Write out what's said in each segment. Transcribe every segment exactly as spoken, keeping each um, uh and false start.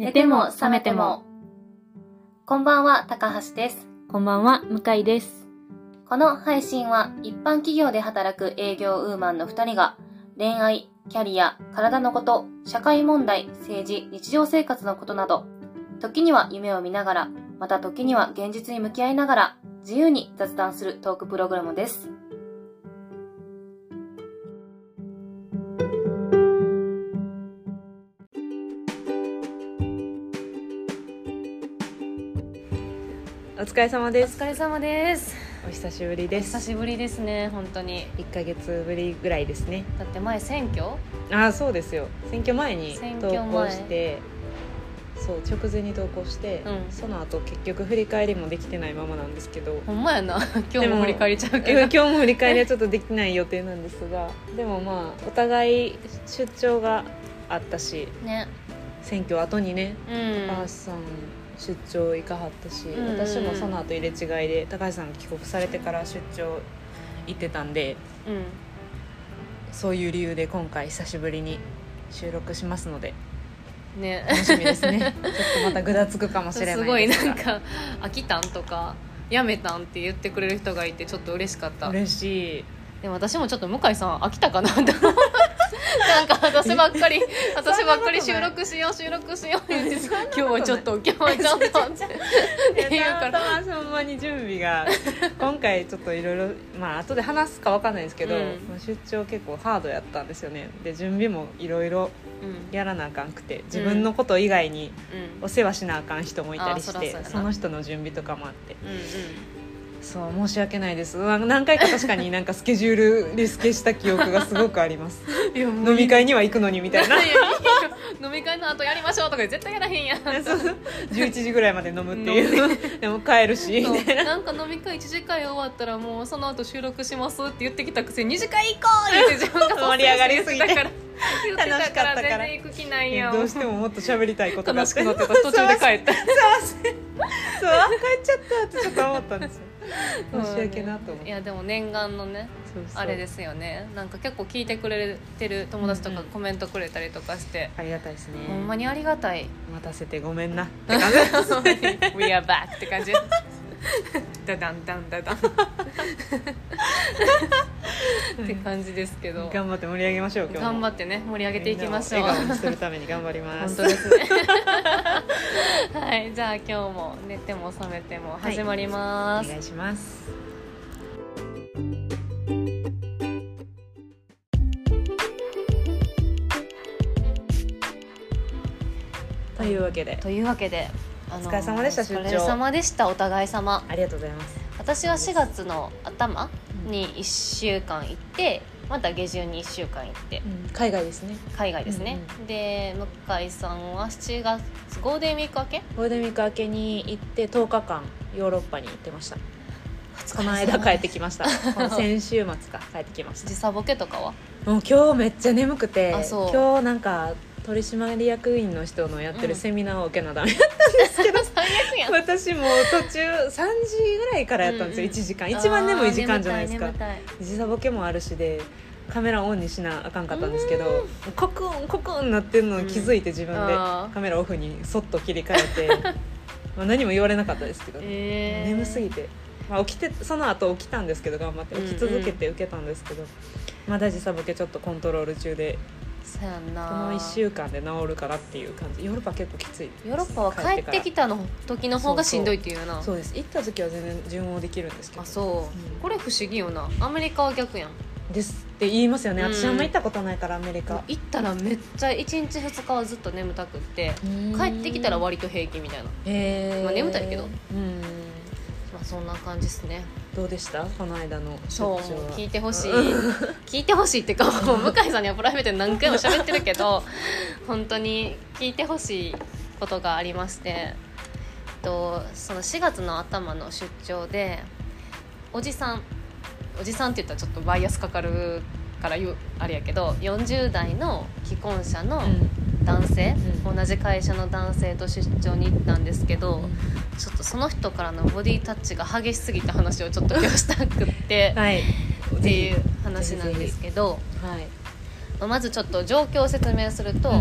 寝ても覚めても。こんばんは、高橋です。 こんばんは、向井です。 この配信は一般企業で働く営業ウーマンのふたりが恋愛、キャリア、体のこと、社会問題、政治、日常生活のことなど、時には夢を見ながら、また時には現実に向き合いながら自由に雑談するトークプログラムです。 お疲れ様です。 お疲れ様です。 お久しぶりです。 久しぶりですね、本当に。 いっかげつぶりぐらいですね。 だって前選挙ああ、そうですよ。選挙前に投稿して、そう直前に投稿して、うん、その後結局振り返りもできてないままなんですけど。 ほんまやな。今日も振り返りちゃうけど。 今日も振り返りはちょっとできない予定なんですが、でもまあお互い出張があったし、ね、選挙後にね、うん、高橋さん出張行かはったし、うんうん、私もその後入れ違いで高橋さんが帰国されてから出張行ってたんで、うん、そういう理由で今回久しぶりに収録しますので、ね、楽しみですね。ちょっとまたぐだつくかもしれないですが、 すごいなんか飽きたんとかやめたんって言ってくれる人がいてちょっと嬉しかった。 嬉しい。 でも私もちょっと向井さん飽きたかなってなんか私ばっかり私ばっかり収録しよう収録しよう言って今日はちょっと今日はちょっとって言うから、 ほんまに準備が今回ちょっといろいろまあ後で話すか分かんないですけど、うん、出張結構ハードやったんですよね。で準備もいろいろやらなあかんくて、自分のこと以外にお世話しなあかん人もいたりして、うん、そ, その人の準備とかもあって、うんうん、そう申し訳ないです。何回か確かになんかスケジュールリスケした記憶がすごくあります。いや飲み会には行くのにみたいな。いやいや飲み会の後やりましょうとか絶対やらへんやん。 じゅういちじぐらいまで飲むっていうでも帰るしみたいな。 なんか飲み会いちじかん終わったらもうその後収録しますって言ってきたくせににじかん行こう言って自分が盛り上がりすぎて楽しかったから全然行く気ないやん。 どうしてももっと喋りたいことがあって楽しくなってた途中で帰った。 そうそう帰っちゃったってちょっと思ったんですよ。申し訳なと思って。 いやでも念願のね、そうそうあれですよね。なんか結構聞いてくれてる友達とかコメントくれたりとかして、 うんうん、ありがたいですね。 ほんまにありがたい。 待たせてごめんなって感じです。 We are back って感じ。ダダンダンダダンって感じですけど、 頑張って盛り上げましょう。今日も頑張ってね盛り上げていきましょう。 笑顔にするために頑張ります。 本当ですね。はい、じゃあ今日も寝ても覚めても始まります、 はい、お願いします。というわけでというわけでお疲れ様でした。出張お疲れ様でした。お互い様ありがとうございます。 私はしがつの頭にいっしゅうかん行って、また下旬にいっしゅうかん行って、 うん、海外ですね。 海外ですね、うんうん、で向井さんはしちがつゴールデンウィーク明けゴールデンウィーク明けに行ってとおかかんヨーロッパに行ってました。この間帰ってきました。この先週末か帰ってきました。 時差ボケとかはもう今日めっちゃ眠くて、今日なんか取締役員の人のやってるセミナーを受けなダメだったんですけど、うん、 最悪やん。 私も途中さんじぐらいからやったんですよ、うんうん、いちじかん一番眠い時間じゃないですか。時差ボケもあるしでカメラオンにしなあかんかったんですけど、コクンコクンなってるのを気づいて自分でカメラオフにそっと切り替えてまあ何も言われなかったですけど、えー、眠すぎて、まあ、起きてその後起きたんですけど頑張って起き続けて受けたんですけど、うんうん、まだ時差ボケちょっとコントロール中で、 そうやんな、 このいっしゅうかんで治るからっていう感じ。ヨーロッパ結構きつい。 ヨーロッパは帰ってきたの時の方がしんどいっていうな。 そうそう、そうです。行った時は全然順応できるんですけど。 あ、そう、うん、これ不思議よな。アメリカは逆やんですって言いますよね、うん、私あんま行ったことないからアメリカ行ったらめっちゃいちにちふつかはずっと眠たくって帰ってきたら割と平気みたいな、 へー、 まあ、眠たいけど、 うん、 まあ、そんな感じですね。 どうでしたこの間の出張は。 そう聞いてほしい聞いてほしいってかもう向井さんにはプライベートで何回も喋ってるけど本当に聞いてほしいことがありまして、とそのしがつの頭の出張でおじさんおじさんって言ったらちょっとバイアスかかるから言うあれやけど、よんじゅう代の既婚者の男性、うん、同じ会社の男性と出張に行ったんですけど、うん、ちょっとその人からのボディタッチが激しすぎた話をちょっと今日したくって、はい、っていう話なんですけど、はい、まずちょっと状況を説明すると、うん、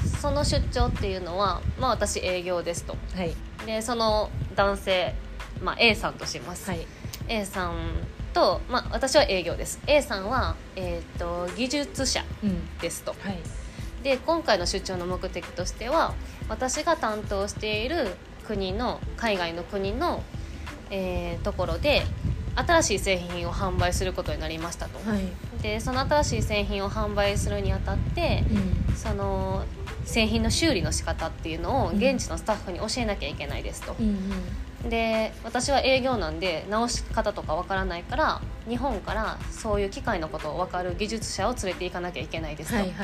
その出張っていうのは、まあ、私営業ですと、 はい、 でその男性、まあ、A さんとします、はい、A さんと、まあ、私は営業です。 A さんは、えー、と技術者ですと、うんはい、で今回の出張の目的としては私が担当している国の海外の国の、えー、ところで新しい製品を販売することになりましたと、はい、でその新しい製品を販売するにあたって、うん、その製品の修理の仕方っていうのを現地のスタッフに教えなきゃいけないですと、うんうん、で私は営業なんで直し方とかわからないから日本からそういう機械のことを分かる技術者を連れて行かなきゃいけないですと、はいはい、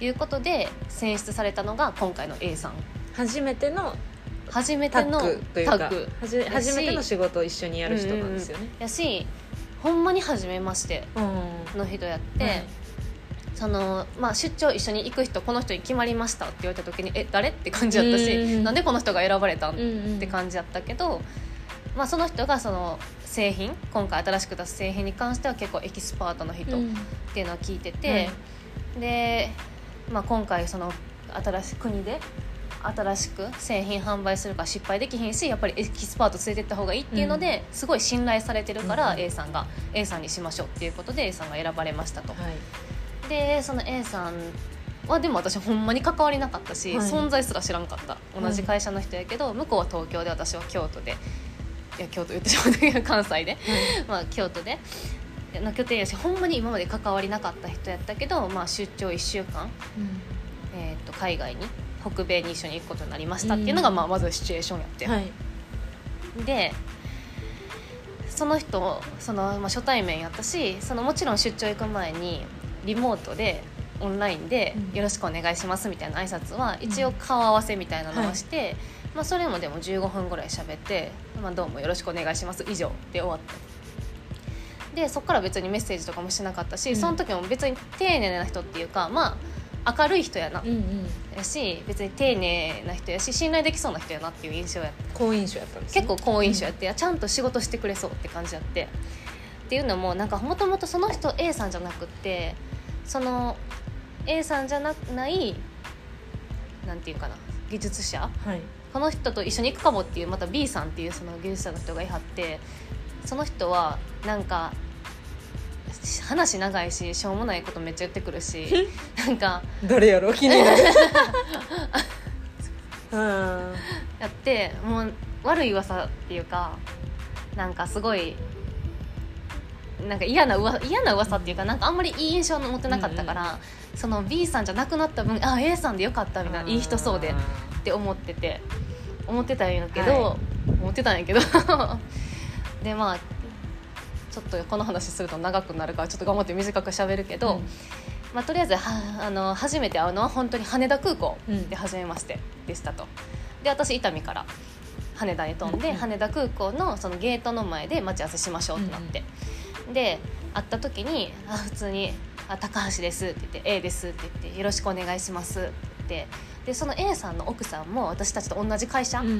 いうことで選出されたのが今回の A さん。 初めての初めてのタッグというか初めての仕事を一緒にやる人なんですよね、うんうん、 やしほんまに初めましての人やって、うんはい、そのまあ、出張一緒に行く人この人に決まりましたって言われた時にえ誰って感じだったし、うんうん、なんでこの人が選ばれたん、うんうん、って感じだったけど、まあ、その人がその製品今回新しく出す製品に関しては結構エキスパートの人っていうのを聞いてて、うんで、まあ、今回その新しい国で新しく製品販売するから失敗できひんしやっぱりエキスパート連れてった方がいいっていうので、うん、すごい信頼されてるから、うん、A さんが A さんにしましょうっていうことで A さんが選ばれましたと、はい、でその A さんはでも私ほんまに関わりなかったし、はい、存在すら知らんかった同じ会社の人やけど、はい、向こうは東京で私は京都でいや京都言ってしまったけど関西で、はいまあ、京都での拠点やしほんまに今まで関わりなかった人やったけど、まあ、出張いっしゅうかん、うんえー、と海外に北米に一緒に行くことになりましたっていうのが、まあ、まずシチュエーションやって、はい、でその人その、まあ、初対面やったしそのもちろん出張行く前にリモートでオンラインでよろしくお願いしますみたいな挨拶は一応顔合わせみたいなのをして、うんはいまあ、それもでもじゅうごふんぐらい喋って、まあ、どうもよろしくお願いします以上で終わったでそこから別にメッセージとかもしなかったし、うん、その時も別に丁寧な人っていうかまあ明るい人やな、うんうん、やし別に丁寧な人やし信頼できそうな人やなっていう印象やった好印象やったんです、ね、 結構好印象やって、うん、ちゃんと仕事してくれそうって感じやってっていうのもなんかもともとその人 A さんじゃなくってその A さんじゃ な, ないなんていうかな技術者、はい、この人と一緒に行くかもっていうまた B さんっていうその技術者の人がいはってその人はなんか話長いししょうもないことめっちゃ言ってくるしなんか誰やろ気になるやってもう悪い噂っていうかなんかすごいなんか嫌な噂嫌な噂っていうかなんかあんまりいい印象を持ってなかったから、うんうん、その B さんじゃなくなった分あ A さんでよかったみたいないい人そうでって思ってて思ってたんやけど、はい、思ってたんやけどでまあちょっとこの話すると長くなるからちょっと頑張って短く喋るけど、うんまあ、とりあえずはあの初めて会うのは本当に羽田空港で初めましてでしたと、うん、で私伊丹から羽田に飛んで、うん、羽田空港 の, そのゲートの前で待ち合わせしましょうってなって、うん、で会った時にあ普通にあ高橋ですって言って A ですって言ってよろしくお願いしますって言ってでその A さんの奥さんも私たちと同じ会社、うんうん、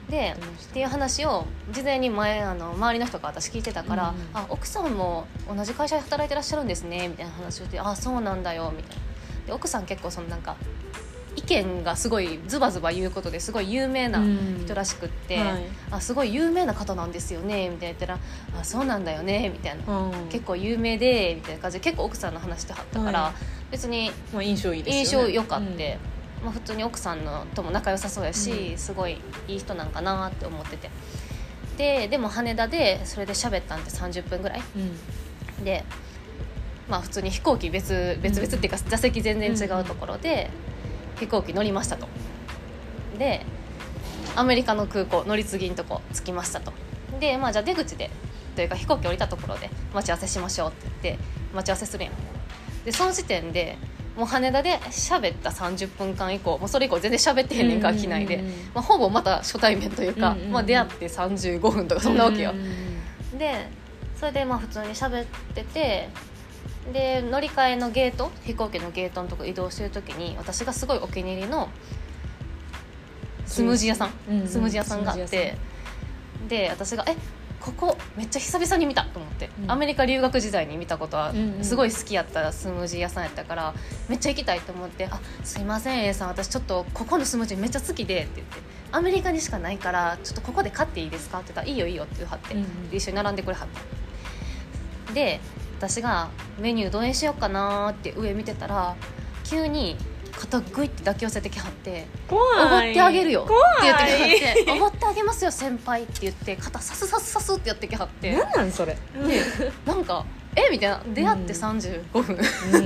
でっていう話を事前に前あの周りの人が私聞いてたから、うんうん、あ奥さんも同じ会社で働いてらっしゃるんですねみたいな話をしてあそうなんだよみたいなで奥さん結構そのなんか意見がすごいズバズバ言うことですごい有名な人らしくって、うんはい、あすごい有名な方なんですよねみたいな言ったらあそうなんだよねみたいな、うん、結構有名でみたいな感じで結構奥さんの話してはったから、はい、別に、 まあ、印象いいですよね印象良かって、うんまあ、普通に奥さんのとも仲良さそうやし、うん、すごいいい人なんかなって思っててで, でも羽田でそれで喋ったんでさんじゅっぷんぐらい、うん、でまあ普通に飛行機 別, 別々っていうか座席全然違うところで飛行機乗りましたとでアメリカの空港乗り継ぎのとこ着きましたとで、まあ、じゃあ出口でというか飛行機降りたところで待ち合わせしましょうって言って待ち合わせするやんでその時点でもう羽田で喋ったさんじゅっぷんかん以降もうそれ以降全然喋ってへんねんから機内で、まあ、ほぼまた初対面というか、まあ、出会ってさんじゅうごふんとかそんなわけよでそれでまあ普通に喋っててで乗り換えのゲート飛行機のゲートのとこ移動してる時に私がすごいお気に入りのスムージー屋さん、うんうん、スムージー屋さんがあってで私がえここめっちゃ久々に見たと思って 、うん、アメリカ留学時代に見たことはすごい好きやったスムージー屋さんやったからめっちゃ行きたいと思って、あすいません A さん私ちょっとここのスムージーめっちゃ好きでって言って、アメリカにしかないからちょっとここで買っていいですかって言ったらいいよいいよって言うはって、うんうん、で一緒に並んでくれはって、で私がメニューどれにしようかなって上見てたら急に肩グイって抱き寄せてきはって「おごってあげるよ」って言ってきはって「おごってあげますよ先輩」って言って肩サスサスサスってやってきはって、 なんなんそれでなんかえみたいな、出会ってさんじゅうごふん、うん、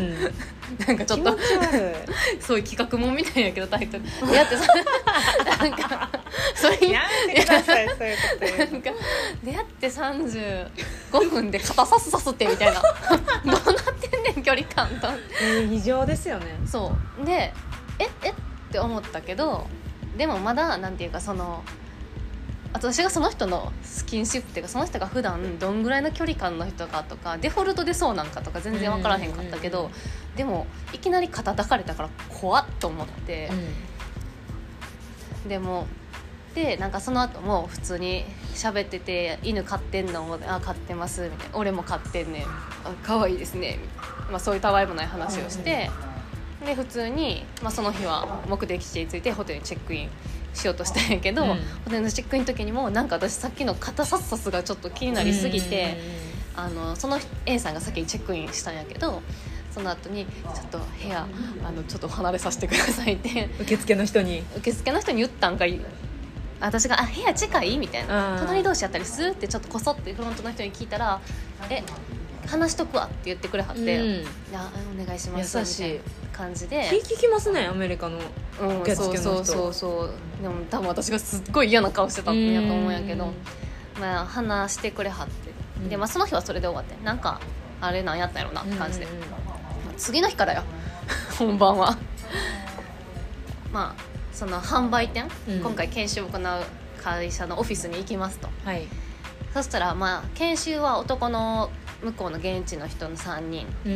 なんかちょっとそういう企画もんみたいやけどタイトル出会ってさなんかそれやめてくださいそういうこと言うなんか出会ってさんじゅうごふんで肩さすさすってみたいなどうなってんねん距離感と、 えー、異常ですよね。 そうでええって思ったけど、でもまだなんていうかその私がその人のスキンシップっていうかその人が普段どんぐらいの距離感の人かとかデフォルトでそうなんかとか全然分からへんかったけど、うんうんうん、でもいきなり肩抱かれたから怖っと思って、うん、でもでなんかその後も普通に喋ってて犬飼ってんのあ飼ってますみたいな俺も飼ってんねんあ可愛いですねみたいな、まあ、そういうたわいもない話をして、うんうん、で普通に、まあ、その日は目的地に着いてホテルにチェックインしようとしたんやけど、うん、ホテルのチェックインの時にもなんか私さっきの肩サスサスがちょっと気になりすぎて、あのその A さんが先にチェックインしたんやけどその後にちょっと部屋あのちょっと離れさせてくださいって受付の人に受付の人に言ったんかい私があ部屋近いみたいな隣同士やったりするってちょっとこそってフロントの人に聞いたらえ話しとくわって言ってくれはって、うん、いやお願いします優しいみたいな感じで気利きますねアメリカの受付の人、うん、 そうそうそうそうでも多分私がすっごい嫌な顔してたんやと思うんやけど、まあ、話してくれはって、うん、で、まあ、その日はそれで終わってなんかあれなんやったんやろなって感じで、うんうんうん、次の日からよ本番はまあその販売店、うん、今回研修を行う会社のオフィスに行きますと、はい、そしたらまあ研修は男の向こうの現地の人のさんにん、うん、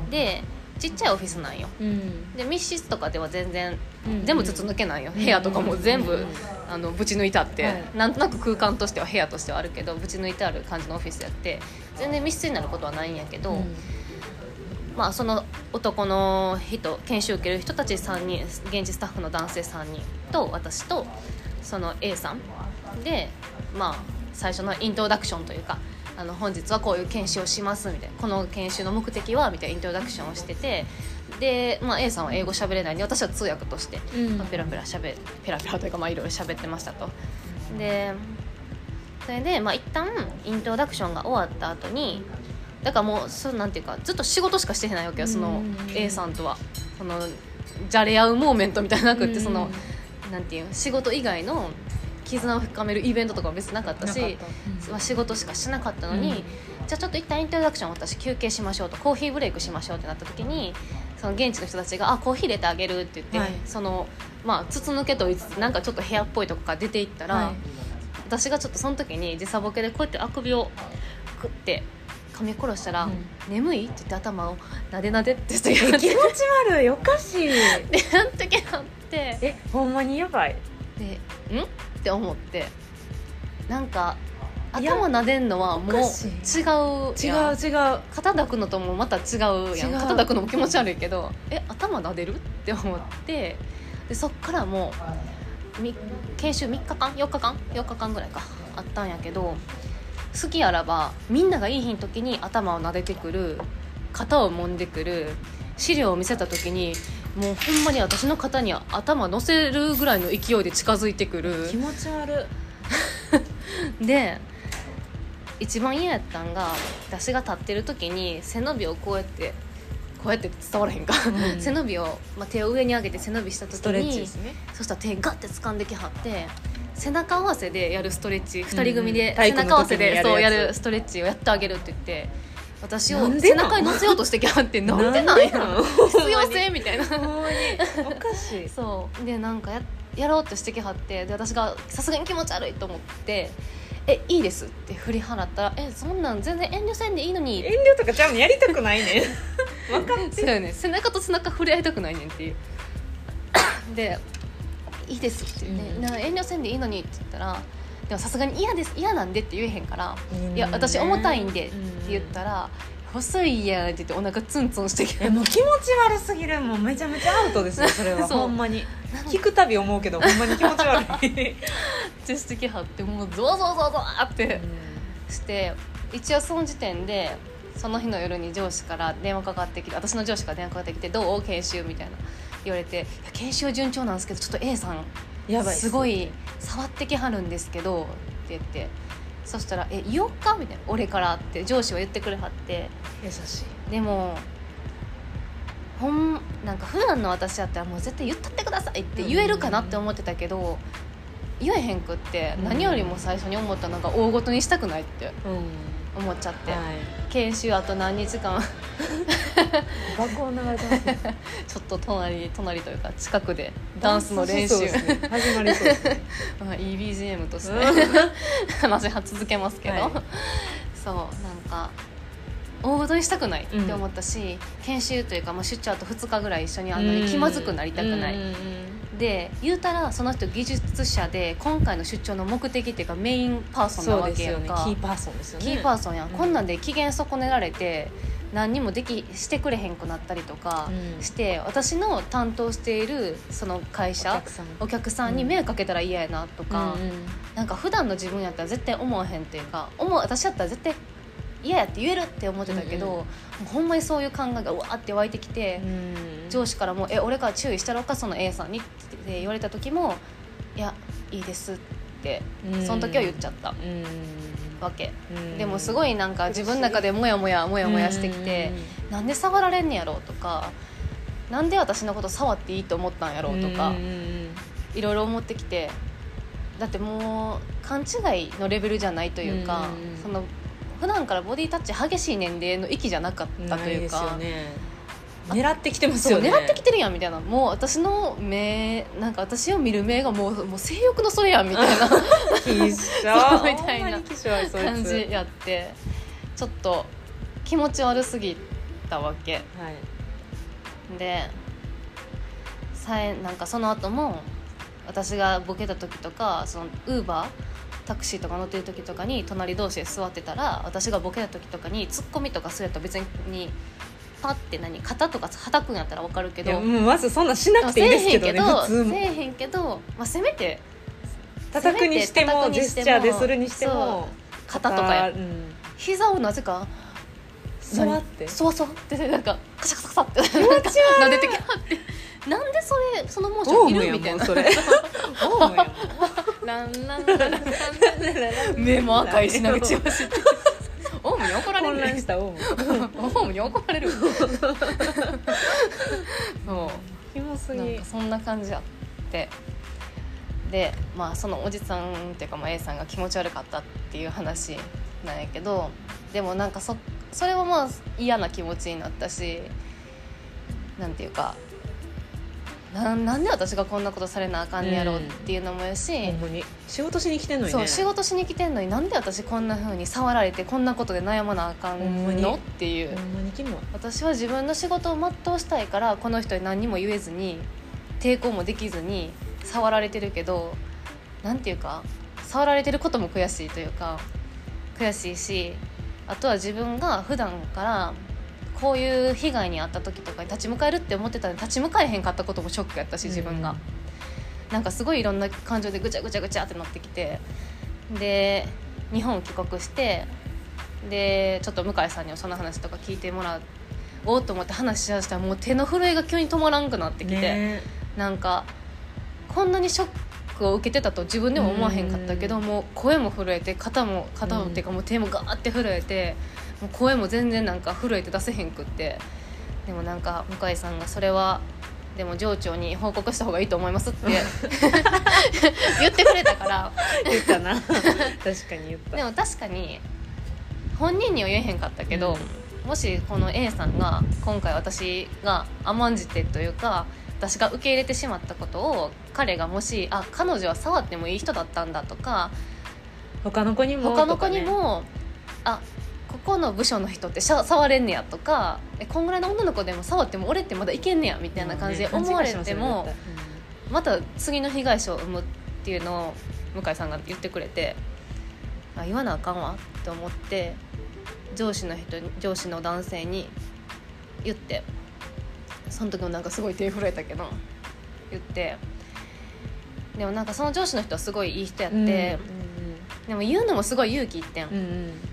でちっちゃいオフィスなんよ、うん、で密室とかでは全然、うん、全部筒抜けないよ、うん、部屋とかも全部、うん、あのぶち抜いてあって、はい、なんとなく空間としては部屋としてはあるけどぶち抜いてある感じのオフィスやって全然密室になることはないんやけど、うん、まあその男の人研修受ける人たちさんにん現地スタッフの男性さんにんと私とその A さんでまあ最初のイントロダクションというかあの本日はこういう研修をしますみたいなこの研修の目的はみたいなイントロダクションをしててで、まあ、A さんは英語喋れないんで私は通訳として、うんまあ、ペラペラしゃべペラペラというかまあいろいろ喋ってましたとでそれでまあ一旦イントロダクションが終わった後にだからもうそうなんていうかずっと仕事しかしてないわけよその A さんとはそのじゃれ合うモーメントみたいなくってそのなんていう仕事以外の絆を深めるイベントとかは別になかったしなかった、うん、仕事しかしなかったのに、うん、じゃあちょっと一旦イントロダクション私休憩しましょうとコーヒーブレイクしましょうってなった時にその現地の人たちがあコーヒー入れてあげるって言って、はい、そのまあ筒抜けと言いつつなんかちょっと部屋っぽいとこから出ていったら、はい、私がちょっとその時に時差ボケでこうやってあくびをクッて噛み殺したら、うん、眠いって言って頭をなでなでってして気持ち悪いおかしいであの時あってえほんまにやばいでんって思ってなんか頭撫でんのはもう違う違う違う肩抱くのともまた違うやん肩抱くのも気持ち悪いけどえ頭撫でるって思ってでそっからもう研修みっかかんよっかかんよっかかんぐらいかあったんやけど好きあらばみんながいい日の時に頭を撫でてくる肩を揉んでくる資料を見せた時にもうほんまに私の肩に頭乗せるぐらいの勢いで近づいてくる気持ち悪で一番嫌やったんが私が立ってる時に背伸びをこうやってこうやって伝わらへんか、うん、背伸びを、まあ、手を上に上げて背伸びした時にストレッチですねそしたら手ガッて掴んできはって背中合わせでやるストレッチふたり組で背中合わせでそうやるストレッチをやってあげるって言って私を背中に乗せようとしてきはってなんでなんや必要性みたいなおかしいそうでなんか や, やろうとしてきはってで私がさすがに気持ち悪いと思ってえいいですって振り払ったらえそんなん全然遠慮せんでいいのに遠慮とかちゃうのやりたくないね分かってそうよね背中と背中触れ合いたくないねんっていうでいいですって言って、うん、遠慮せんでいいのにって言ったらでもさすがに嫌です嫌なんでって言えへんから、いや私重たいんでって言ったら、細いやんって言ってお腹ツンツンしてきて、 もう気持ち悪すぎる、もうめちゃめちゃアウトですよそれはほんまに聞くたび思うけどほんまに気持ち悪いってしてきはって、もうゾワゾワゾワゾワってして、一応その時点でその日の夜に上司から電話かかってきて、私の上司から電話かかってきて、どう研修みたいな言われて、いや研修順調なんですけどちょっと A さんやばいすごい触ってきはるんですけどって言って、そしたらえ言おうかみたいな、俺からって上司は言ってくれはって、 優しい。 でもほんなんか普段の私だったらもう絶対言ったってくださいって言えるかなって思ってたけど、言えへんくって、何よりも最初に思ったのが大ごとにしたくないって思っちゃって、はい、研修あと何日間爆音流れてますねちょっと隣隣というか近くでダンスの練習、 ね、始まりそうですねまあ、いい ビージーエム として話は続けますけど、はい、そうなんか大ごとにしたくないって思ったし、うん、研修というか、まあ、出張あとふつかぐらい一緒にあるのに気まずくなりたくない、うんうんうんで言うたらその人技術者で今回の出張の目的っていうかメインパーソンなわけやんか、 そうですよね、キーパーソンですよね、 キーパーソンやん、うん、こんなんで機嫌損ねられて何にもできしてくれへんくなったりとかして、うん、私の担当しているその会社お客さん、お客さんに迷惑かけたら嫌やなとか、うんうん、なんか普段の自分やったら絶対思わへんっていうか、思う私やったら絶対嫌やって言えるって思ってたけど、うんうん、もうほんまにそういう考えがうわーって湧いてきて、うん、上司からもえ俺から注意したろかその A さんにって言われた時もいやいいですって、うん、その時は言っちゃった、うん、わけ、うん、でもすごいなんか自分の中でモヤモヤモヤモヤしてきて、うん、なんで触られんねやろうとか、なんで私のこと触っていいと思ったんやろうとか、うん、いろいろ思ってきて、だってもう勘違いのレベルじゃないというか、うん、その普段からボディタッチ激しい年齢の域じゃなかったというか、 ないですよね、狙ってきてますよね、 狙ってきてるやんみたいな、もう私の目なんか私を見る目がもう、もう性欲のそれやんみたいな気象みたいな感じやって、ちょっと気持ち悪すぎたわけ、はい、でさえなんかその後も私がボケた時とか、そのウーバータクシーとか乗ってる時とかに隣同士で座ってたら、私がボケた時とかにツッコミとかすると別にパッて何肩とか叩くんやったら分かるけど、いやもうまずそんなしなくていいですけどね、普通もせえへんけど、まあ、せめて叩くにしてもジェスチャーでするにしても肩とかや、うん、膝をなぜかそわってそわそわってなんかカシャカシャカシャって気持ち悪い撫でてきはってなんでそれそのモーションいるみたいな、 それオウムやもんランランランラン目も赤いしな口をしてオウムに怒られる、 混乱したオウムオウムに怒られるそうキモすぎ、 なんかそんな感じあって、でまあそのおじさんっていうか、まあ、A さんが気持ち悪かったっていう話なんやけど、でもなんか そ, それはまあ嫌な気持ちになったし、なんていうか な, なんで私がこんなことされなあかんねやろうっていうのもやし、 うん、ほんまに仕事しに来てんのにね、 そう仕事しに来てんのになんで私こんな風に触られてこんなことで悩まなあかんのっていう、 ほんまにキモい、 私は自分の仕事を全うしたいからこの人に何にも言えずに抵抗もできずに触られてるけど、なんていうか触られてることも悔しいというか悔しいし、あとは自分が普段からこういう被害に遭った時とかに立ち向かえるって思ってたのに立ち向かえへんかったこともショックやったし、自分が、うん、なんかすごいいろんな感情でぐちゃぐちゃぐちゃってなってきて、で日本帰国してでちょっと向井さんにその話とか聞いてもらおうと思って話しだしたらもう手の震えが急に止まらんくなってきて、ね、なんかこんなにショックを受けてたと自分でも思わへんかったけど、もう声も震えて肩も肩もっていうかもう手もガーって震えて、もう声も全然なんか震えて出せへんくって、でもなんか向井さんがそれはでも上長に報告した方がいいと思いますって言ってくれたから言ったな確かに言った。 でも確かに本人には言えへんかったけど、うん、もしこの A さんが今回私が甘んじてというか私が受け入れてしまったことを彼がもしあ彼女は触ってもいい人だったんだとか他の子にも他の子にも、ね、あここの部署の人って触れんねやとかえこんぐらいの女の子でも触っても俺ってまだいけんねやみたいな感じで思われても、また次の被害者を生むっていうのを向井さんが言ってくれて、あ言わなあかんわって思って上司の人に上司の男性に言って、その時もなんかすごい手震えたけど言って、でもなんかその上司の人はすごいいい人やって、うんうんうん、でも言うのもすごい勇気いってん、 うんうん、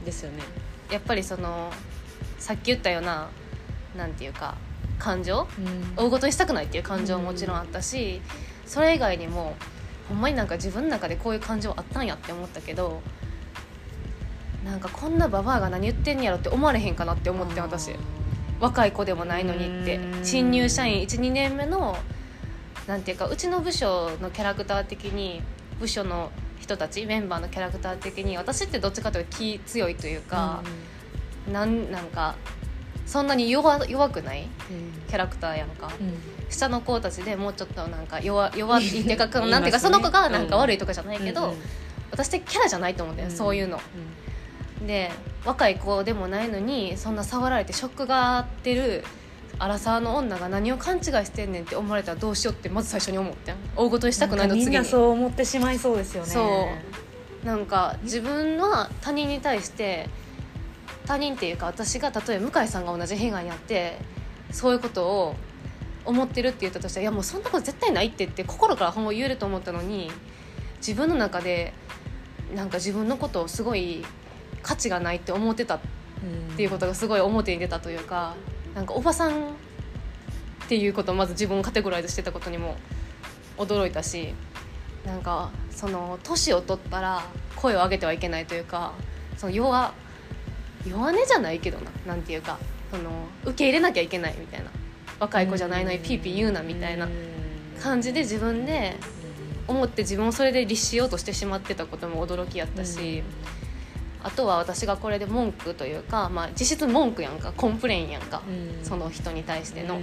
ですよね。 やっぱりそのさっき言ったようななんていうか感情、うん、大ごとにしたくないっていう感情ももちろんあったし、うん、それ以外にもほんまになんか自分の中でこういう感情あったんやって思ったけど、なんかこんなババアが何言ってんやろって思われへんかなって思って、私若い子でもないのにって、新入社員 いちにねんめのなんていうか、うちの部署のキャラクター的に部署の人たちメンバーのキャラクター的に私ってどっちかというと気強いというか、うん、なんなんかそんなに 弱, 弱くない、うん、キャラクターやんか、うん、下の子たちでもうちょっとなんか 弱, 弱いっていうかなんていうかその子がなんか悪いとかじゃないけど、うんうんうん、私ってキャラじゃないと思うんだよ、うん、そういうの、うん、で若い子でもないのにそんな触られてショックがあってるアラサーの女が何を勘違いしてんねんって思われたらどうしようってまず最初に思ってん。大ごとにしたくないの次にみんなそう思ってしまいそうですよね。 そうなんか自分は他人に対して他人っていうか私が例えば向井さんが同じ被害に遭ってそういうことを思ってるって言ったとしたら、いやもうそんなこと絶対ないって言って心からほんま言えると思ったのに、自分の中でなんか自分のことをすごい価値がないって思ってたっていうことがすごい表に出たというか、なんかおばさんっていうことをまず自分をカテゴライズしてたことにも驚いたし、なんかその年を取ったら声を上げてはいけないというか、その弱弱音じゃないけどな、なんていうかその受け入れなきゃいけないみたいな、若い子じゃないのにピーピー言うなみたいな感じで自分で思って自分をそれで律しようとしてしまってたことも驚きやったし、あとは私がこれで文句というか、まあ、実質文句やんか、コンプレインやんか、うん、その人に対しての、うん、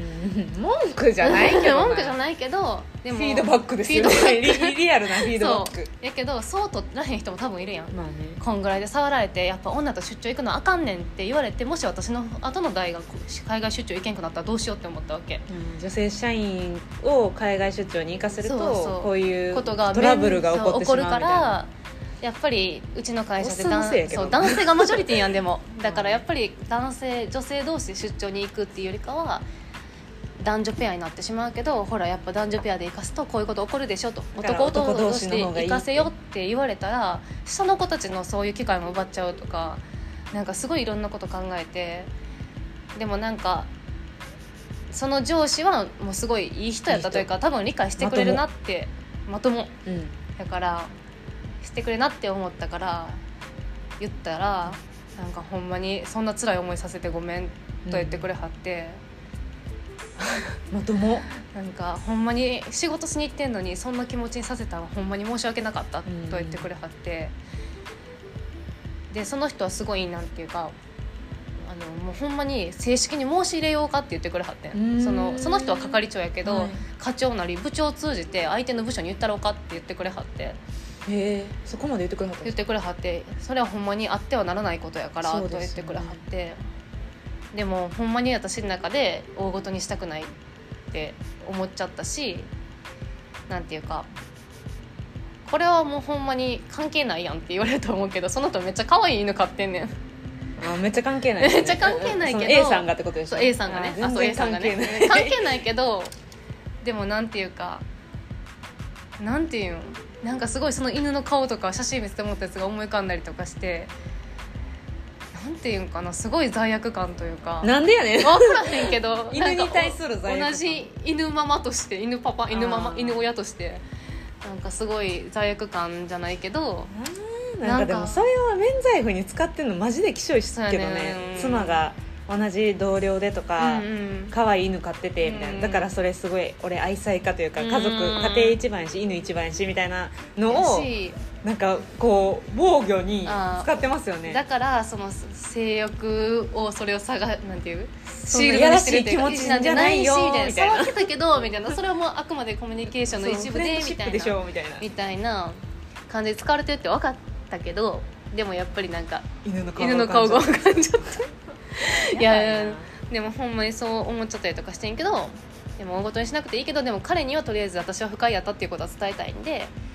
文句じゃないけど文句じゃないけどでもフィードバックですよねリ, リアルなフィードバックそうやけどそう取らへん人も多分いるやん、 まあね、 こんぐらいで触られてやっぱ女と出張行くのあかんねんって言われて、もし私の後の大学海外出張行けんくなったらどうしようって思ったわけ、 うん、女性社員を海外出張に行かせるとそうそうこういうことがトラブルが起こってしまうみたいな、起こるからやっぱりうちの会社で男そう男性がマジョリティやんでもだからやっぱり男性女性同士で出張に行くっていうよりかは男女ペアになってしまうけど、ほらやっぱ男女ペアで行かすとこういうこと起こるでしょと、男男同士で行かせよって言われたら下の子たちのそういう機会も奪っちゃうとか、なんかすごいいろんなこと考えて、でもなんかその上司はもうすごいいい人やったというか、多分理解してくれるなってまとも、うん、だからしてくれなって思ったから言ったら、なんかほんまにそんな辛い思いさせてごめんと言ってくれはって、 うん、まともなんかほんまに仕事しに行ってんのにそんな気持ちにさせたらほんまに申し訳なかったと言ってくれはって、うん、でその人はすごいなんていうかあのもうほんまに正式に申し入れようかって言ってくれはってん、その、その人は係長やけど、はい、課長なり部長を通じて相手の部署に言ったろうかって言ってくれはって、 へそこまで言ってくれはった言ってくれはって、それはほんまにあってはならないことやからと言ってくれはって、でもほんまに私の中で大ごとにしたくないって思っちゃったし、なんていうかこれはもうほんまに関係ないやんって言われると思うけど、その人めっちゃ可愛い犬飼ってんねんあめっちゃ関係ないですねめっちゃ関係ないけど A さんがってことでしょ。 A さんがね、あそう A さんがね関係ないけど、でもなんていうかなんていうの、なんかすごいその犬の顔とか写真見せてもらったやつが思い浮かんだりとかして、なんていうんかな、すごい罪悪感というか、 なんでやねん分からへんけど犬に対する罪悪感、 同じ犬ママとして犬パパ犬ママ犬親としてなんかすごい罪悪感じゃないけど、 なんかでもそれは免罪符に使ってるのマジできしょいしけどね、妻が同じ同僚でとか、うんうん、可愛い犬飼っててみたいな、うん、だからそれすごい俺愛妻家というか家族、うん、家庭一番やし犬一番やしみたいなのをなんかこう防御に使ってますよね。 だからその性欲をそれを差がなんていうシールドにしてるっていうか、いやらしい気持ちじゃないよみたいな、 触ってたけどみたいな、それはもうあくまでコミュニケーションの一部でみたいなみたいな感じで使われてるって分かったけど、でもやっぱりなんか犬の顔が分かんじゃっていやでもほんまにそう思っちゃったりとかしてんけど、でも大ごとにしなくていいけど、でも彼にはとりあえず私は不快やったっていうことは伝えたいんで、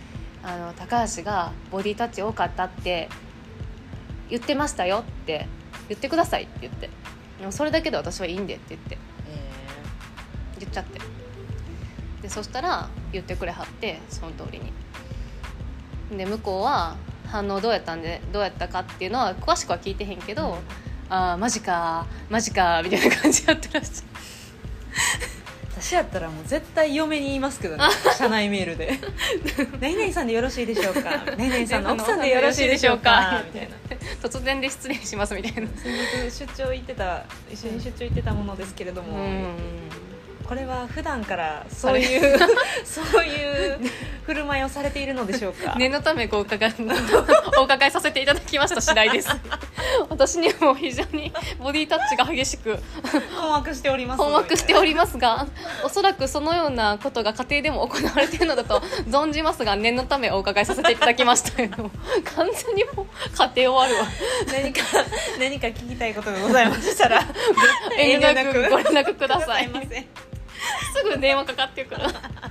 あの高橋がボディタッチ多かったって言ってましたよって言ってくださいって言って、でもそれだけで私はいいんでって言って、えー、言っちゃって、でそしたら言ってくれはって、その通りに。で向こうは反応どうやったんでどうやったかっていうのは詳しくは聞いてへんけど、うん、あーマジかマジかみたいな感じやったらしい。 私やったらもう絶対嫁に言いますけどね、社内メールで何々さんでよろしいでしょうか、何々さんの奥さんでよろしいでしょうかみたいな、 突然で失礼しますみたいな。 出張行ってた一緒に出張行ってたものですけれども、うん、これは普段からそういうそういう振る舞いをされているのでしょうか。 念のためごお伺いお伺いさせていただきました次第です。私にも非常にボディタッチが激しく困惑しております困惑しておりますが、おそらくそのようなことが家庭でも行われているのだと存じますが、念のためお伺いさせていただきましたけども、完全にもう家庭終わるわ。 何か何か聞きたいことがございましたら遠慮なくご連絡ください。 くださいませ。 すぐ電話かかってくる。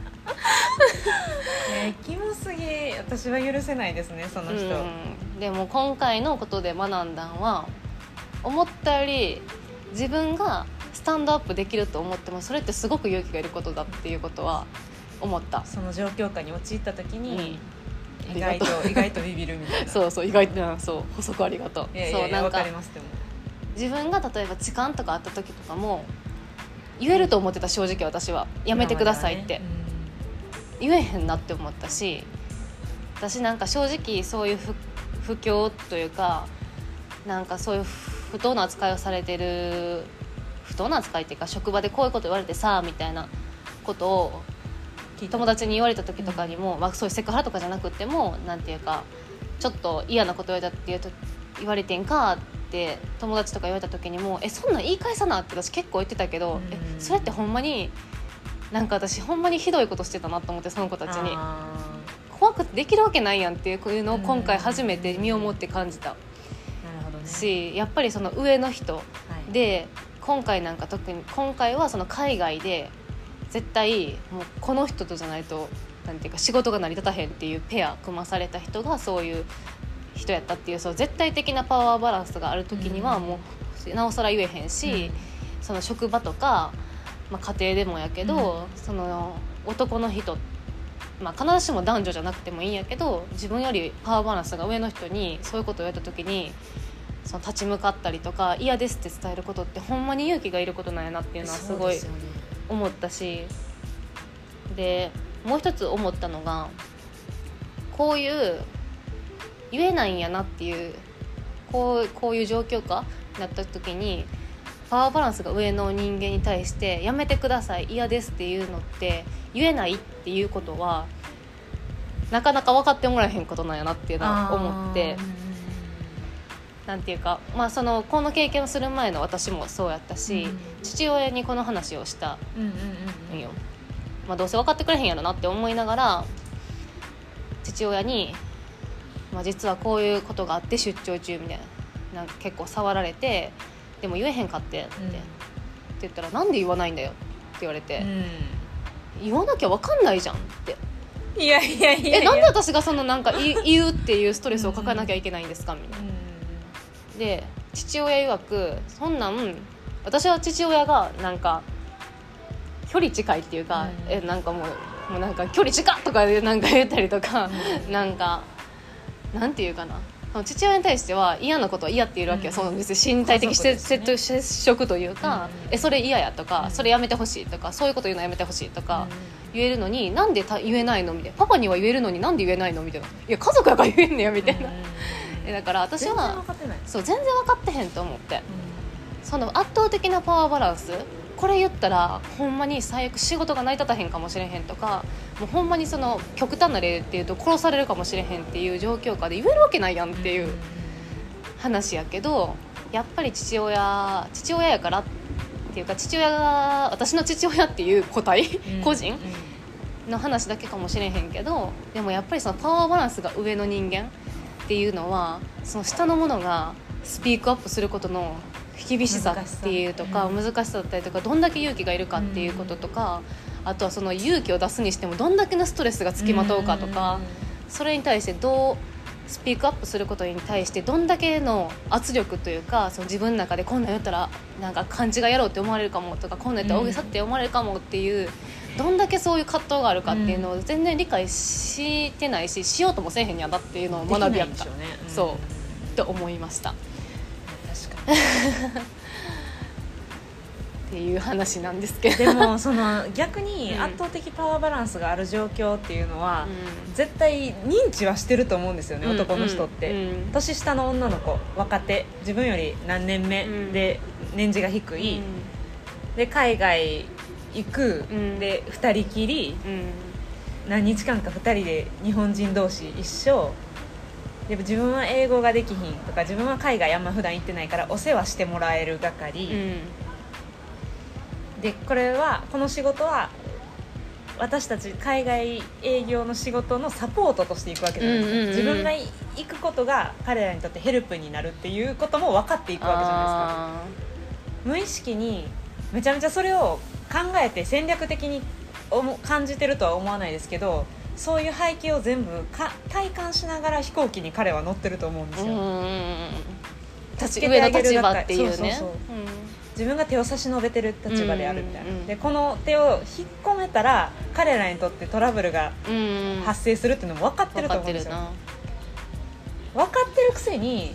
ね、キモすぎ、私は許せないですねその人。うん、 でも今回のことで学んだのは、思ったより自分がスタンドアップできると思ってもそれってすごく勇気がいることだっていうことは思った。 その状況下に陥った時に、うん、意外と意外とビビるみたいな。 そうそう、意外とそう補足ありがとう。 いやいやいや、わかります。でも自分が例えば痴漢とかあった時とかも言えると思ってた、正直私はやめてくださいって、ね、うん、言えへんなって思ったし、私なんか正直そういう不況というか、なんかそういう不当な扱いをされてる、不当な扱いっていうか職場でこういうこと言われてさみたいなことを友達に言われた時とかにも、うん、まあ、そういうセクハラとかじゃなくても、なんていうかちょっと嫌なこと言われたっていうと言われてんかって友達とか言われた時にも、えそんなん言い返さなって私結構言ってたけど、うん、えそれってほんまになんか私ほんまにひどいことしてたなと思って、その子たちに怖くてできるわけないやんっていうのを今回初めて身をもって感じた。なるほどね。し、やっぱりその上の人、はい、で今回なんか特に今回はその海外で絶対もうこの人とじゃないとなんていうか仕事が成り立たへんっていうペア組まされた人がそういう人やったっていう、そう絶対的なパワーバランスがある時にはもうなおさら言えへんし、うん、その職場とか、まあ、家庭でもやけど、うん、その男の人、まあ、必ずしも男女じゃなくてもいいんやけど、自分よりパワーバランスが上の人にそういうことを言われた時にその立ち向かったりとか嫌ですって伝えることってほんまに勇気がいることなんやなっていうのはすごい思ったし、でもう一つ思ったのが、こういう言えないんやなっていう、こう、こういう状況下になった時にパワーバランスが上の人間に対してやめてください、嫌ですっていうのって言えないっていうことはなかなか分かってもらえへんことなんやなっていうのは思って、なんていうか、まあ、そのこの経験をする前の私もそうやったし、うん、父親にこの話をしたんよ、まあ、どうせ分かってくれへんやろなって思いながら父親に、まあ、実はこういうことがあって出張中みたいな、なんか結構触られてでも言えへんかってって、うん、って言ったらなんで言わないんだよって言われて、うん、言わなきゃ分かんないじゃんって、 いやいやいやいや、 えなんで私がそのなんか言うっていうストレスを抱えなきゃいけないんですかみたいな、うん、で父親曰くそんなん私は父親がなんか距離近いっていうか、うん、えなんかもう、もうなんか距離近っとかでなんか言ったりとか、うん、なんかなんていうかな、父親に対しては嫌なことは嫌って言うわけよ、うん、その別に身体的接触というか、うん、えそれ嫌やとか、うん、それやめてほしいとか、そういうこと言うのやめてほしいとか、うん、言えるのになんでた言えないのみたいな、パパには言えるのになんで言えないのみたいな、いや家族やから言えんねやみたいな、うん、えだから私は全然分かってない、そう全然分かってへんと思って、うん、その圧倒的なパワーバランス、これ言ったらほんまに最悪仕事が成り立たへんかもしれへんとか、もうほんまにその極端な例っていうと殺されるかもしれへんっていう状況下で言えるわけないやんっていう話やけど、やっぱり父親父親やからっていうか、父親が私の父親っていう個体、うん、個人の話だけかもしれへんけど、でもやっぱりそのパワーバランスが上の人間っていうのはその下のものがスピークアップすることの厳しさっていうとか難しさだったりとか、どんだけ勇気がいるかっていうこととか、あとはその勇気を出すにしてもどんだけのストレスがつきまとうかとか、 それに対してどうスピークアップすることに対してどんだけの圧力というか、その自分の中でこんなん言ったらなんか勘違いやろうって思われるかもとか、こんなん言ったら大げさって思われるかもっていう、うん、どんだけそういう葛藤があるかっていうのを全然理解してないし、しようともせえへんやだっていうのを学びやった、ねうん、そうって思いました。確かにっていう話なんですけど、 でもその逆に圧倒的パワーバランスがある状況っていうのは、うん、絶対認知はしてると思うんですよね、うん、男の人って、うん、年下の女の子、若手、自分より何年目で年次が低い、うん、で海外行く、うん、でふたりきり、うん、何日間かふたりで日本人同士一緒で、自分は英語ができひんとか、自分は海外あんま普段行ってないからお世話してもらえる係、うんでこれはこの仕事は私たち海外営業の仕事のサポートとしていくわけじゃないですか、うんうんうん、自分が行くことが彼らにとってヘルプになるっていうことも分かっていくわけじゃないですか。無意識にめちゃめちゃそれを考えて戦略的に感じてるとは思わないですけど、そういう背景を全部か体感しながら飛行機に彼は乗ってると思うんですよ。うんうんうん、 助けてあげる上の立場っていうね。そうそうそう、うん、 自分が手を差し伸べてる立場であるみたいな、うんうんうん、でこの手を引っ込めたら彼らにとってトラブルが発生するっていうのも分かってると思うんですよ。分かってるくせに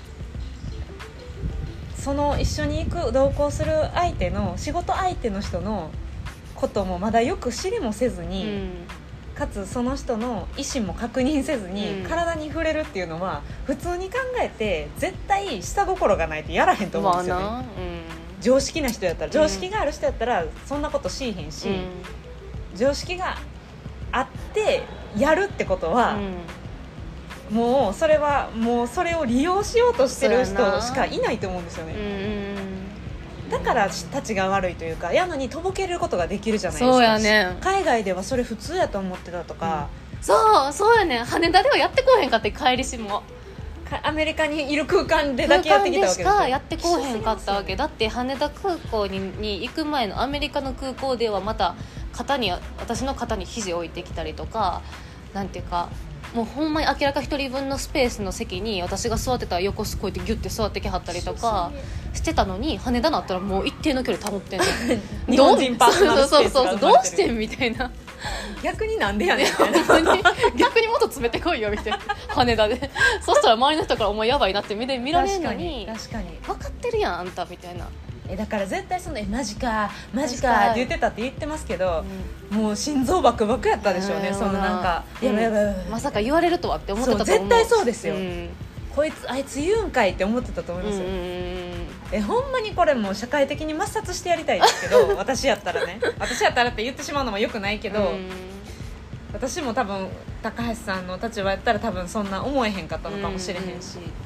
その一緒に行く同行する相手の仕事相手の人のこともまだよく知りもせずに、うん、かつその人の意思も確認せずに体に触れるっていうのは、うん、普通に考えて絶対下心がないとやらへんと思うんですよね、まあな、うん、常識な人やったら、常識がある人やったらそんなことしいへんし、うん、常識があってやるってことは、うん、もうそれはもうそれを利用しようとしてる人しかいないと思うんですよね、うん、だからたちが悪いというか、やのにとぼけることができるじゃないですか。 そうやね、 海外ではそれ普通やと思ってたとか、 うん、そうそうやね、羽田ではやってこうへんかって、帰りしもアメリカにいる空間でだけやってきたわけですよ。 空間でしかやってこうへんかったわけだって、羽田空港 に, に行く前のアメリカの空港ではまた肩に私の肩に肘置いてきたりとか、なんていうかもうほんまに明らか一人分のスペースの席に私が座ってたら横こうやってギュッて座ってきはったりとかしてたのに、羽田なったらもう一定の距離保ってんの日本人パーソナルスペースがそうそうそう、どうしてんみたいな、 逆になんでやねんみたいな逆にもっと詰めてこいよみたいな羽田でそしたら周りの人からお前やばいなって見られるのに、 確かに分かってるやんあんたみたいな。 えだから絶対そのえマジかマジかって言ってたって言ってますけど、うん、もう心臓バクバクやったでしょうね、うん、そのなんか、うん、やばいやばいやばい、 まさか言われるとはって思ってたと思う。 そう絶対そうですよ、うん、こいつあいつ言うんかいって思ってたと思いますよ、うん、えほんまにこれもう社会的に抹殺してやりたいですけど私やったらね、私やったらって言ってしまうのもよくないけど、うん、私も多分高橋さんの立場やったら多分そんな思えへんかったのかもしれへんし、うんうん、ま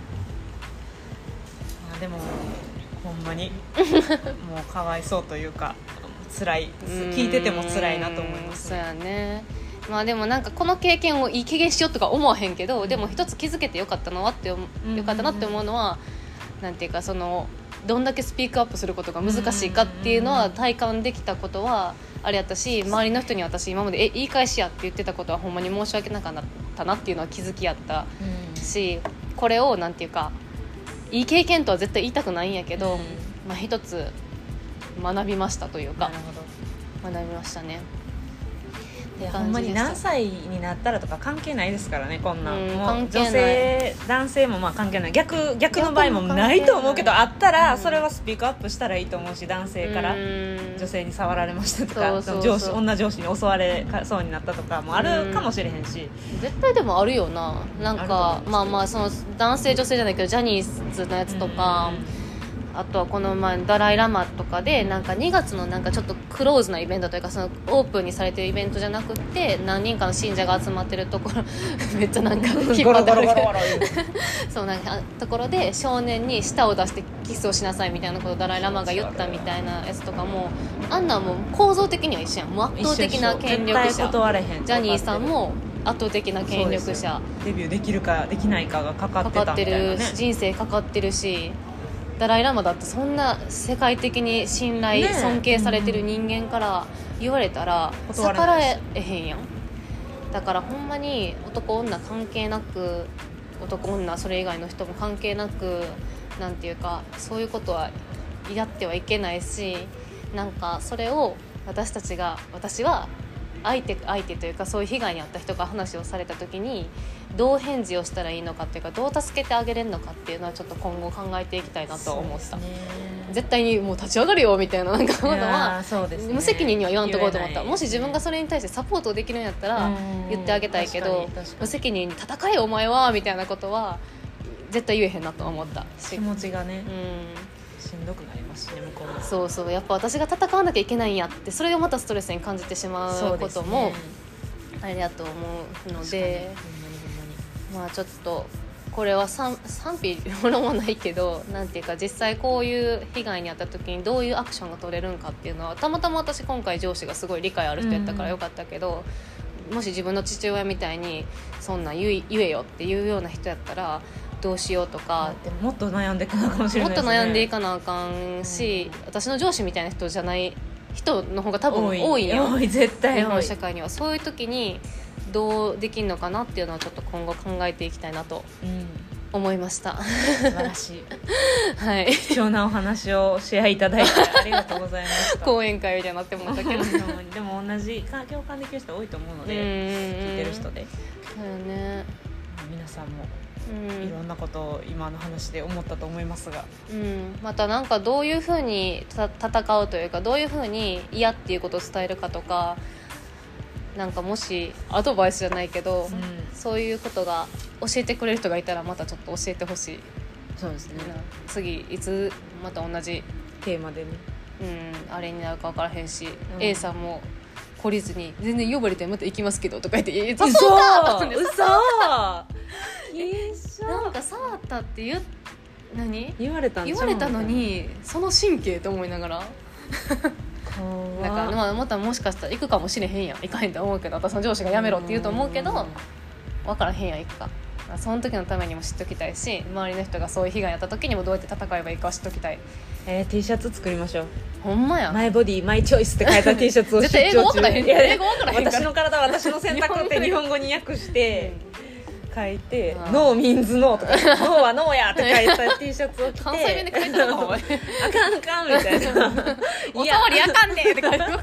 あでもほんまにもうかわいそうというか辛いです。聞いてても辛いなと思います、 ね、そうやね。まあでもなんかこの経験をいい経験しようとか思わへんけど、うん、でも一つ気づけてよかったのはってよかったなって思うのは、うん、なんていうかそのどんだけスピークアップすることが難しいかっていうのは体感できたことはあれやったし、周りの人に私今までえ言い返しやって言ってたことはほんまに申し訳なかったなっていうのは気づきやったし、これをなんていうかいい経験とは絶対言いたくないんやけど、うん、まあ、一つ学びましたというか、なるほど学びましたね。 ほんまに何歳になったらとか関係ないですからね、こんなん、うん、もう女性男性もまあ関係ない、逆逆の場合もないと思うけど、あったらそれはスピークアップしたらいいと思うし、男性から女性に触られましたとか、そうそうそう、上司女上司に襲われそうになったとかもあるかもしれへんし、 絶対でもあるよな。なんかまあまあその男性女性じゃないけどジャニーズのやつとか、あとはこの前ダライラマとかでなんかにがつのなんかちょっとクローズなイベントというか、そのオープンにされてるイベントじゃなくて何人かの信者が集まってるところめっちゃなんか引っ張ってるそうなんかところで少年に舌を出してキスをしなさいみたいなことをダライラマが言ったみたいなやつとかも、あんなんもう構造的には一緒やん。もう圧倒的な権力者、ジャニーさんも圧倒的な権力者、 デビューできるかできないかがかかってたみたいな、ね、 かかってる人生かかってるし、ダライラマだってそんな世界的に信頼、尊敬されてる人間から言われたら逆らえへんやん。 だからほんまに男女関係なく、男女それ以外の人も関係なく、なんていうかそういうことはやってはいけないし、なんかそれを私たちが私は相手相手というかそういう被害に遭った人が話をされた時にどう返事をしたらいいのかっていうか、どう助けてあげれるのかっていうのはちょっと今後考えていきたいなと思った。絶対にもう立ち上がるよみたいななんかことは、ね、無責任には言わんとこうと思った。もし自分がそれに対してサポートできるんやったら言ってあげたいけど、無責任に戦えお前はみたいなことは絶対言えへんなと思ったし、 気持ちがね、 うん、しんどくなりますしね、向こうも。 そうそう、やっぱ私が戦わなきゃいけないんやって、それがまたストレスに感じてしまうこともあれだと思うので、まあちょっとこれは賛否両論はないけど、なんていうか実際こういう被害に遭った時にどういうアクションが取れるんかっていうのは、たまたま私今回上司がすごい理解ある人やったからよかったけど、うん、もし自分の父親みたいにそんなん言えよっていうような人やったらどうしようとか、 でももっと悩んでいかなあかんしれないですね。 もっと悩んでいかなあかんし、うん、私の上司みたいな人じゃない人の方が多分多いんよ、 多い絶対多い。 日本社会にはそういう時にどうできるのかなっていうのはちょっと今後考えていきたいなと思いました、うん、 素晴らしいはい、 貴重なお話をシェアいただいてありがとうございました講演会みたいになって思ったけどでも同じ共感できる人多いと思うので、聞いてる人で、 そうよね、 皆さんもいろんなことを今の話で思ったと思いますが、 うん、またなんかどういうふうにた戦うというか、どういうふうに嫌っていうことを伝えるかとか、なんかもしアドバイスじゃないけど、うん、そういうことが教えてくれる人がいたらまたちょっと教えてほしい。 そうですね、 次いつまた同じテーマでね、 うん、あれになるか分からへんし、うん、A さんも懲りずに全然呼ばれてまた行きますけどとか言って、 嘘嘘なんか触ったって言何言われたん言われたのにその神経と思いながらなんか、まあ、またもしかしたら行くかもしれへんやん、行かへんと思うけど、私の上司が辞めろって言うと思うけど分からへんやん、行くか、その時のためにも知っときたいし、周りの人がそういう被害に遭った時にもどうやって戦えばいいか知っときたい。 えー、T シャツ作りましょう。 ほんまや、 マイボディマイチョイスって書いた T シャツを出張中絶対英語分からへん、英語分からへんから、 私の体私の選択って日本語に訳して書いて、ノーミンズノーとかノーはノーやって書いた T シャツを着て、 関西弁で書いたのかお前あかんあかんみたいなおさわりあかんねって書いてるいや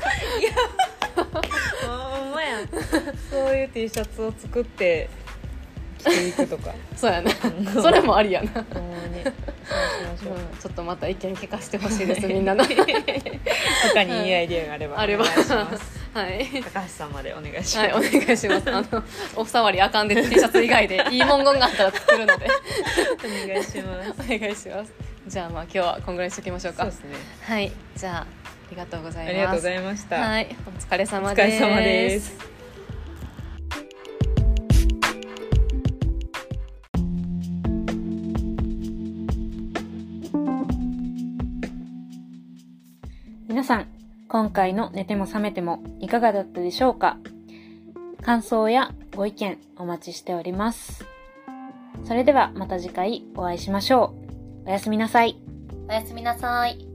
ほんまや、そういう T シャツを作って着ていくとかそうやなそれもありやな、 もうね、そうしましょう、 うん、ちょっとまた意見聞かせてほしいですみんなの他にいいアイディアがあればお願いしますはい、 高橋さんまでお願いします。 はい、お願いします。あのおさわりあかんで T シャツ以外でいい文言があったら作るのでお願いします。 お願いします。じゃあまあ今日はこんぐらいにしときましょうか。 そうですね。 はい、じゃあありがとうございます。 ありがとうございました。 はい、お疲れ様です。 お疲れ様です。皆さん、今回の寝ても覚めてもいかがだったでしょうか？感想やご意見お待ちしております。それではまた次回お会いしましょう。おやすみなさい。 おやすみなさい。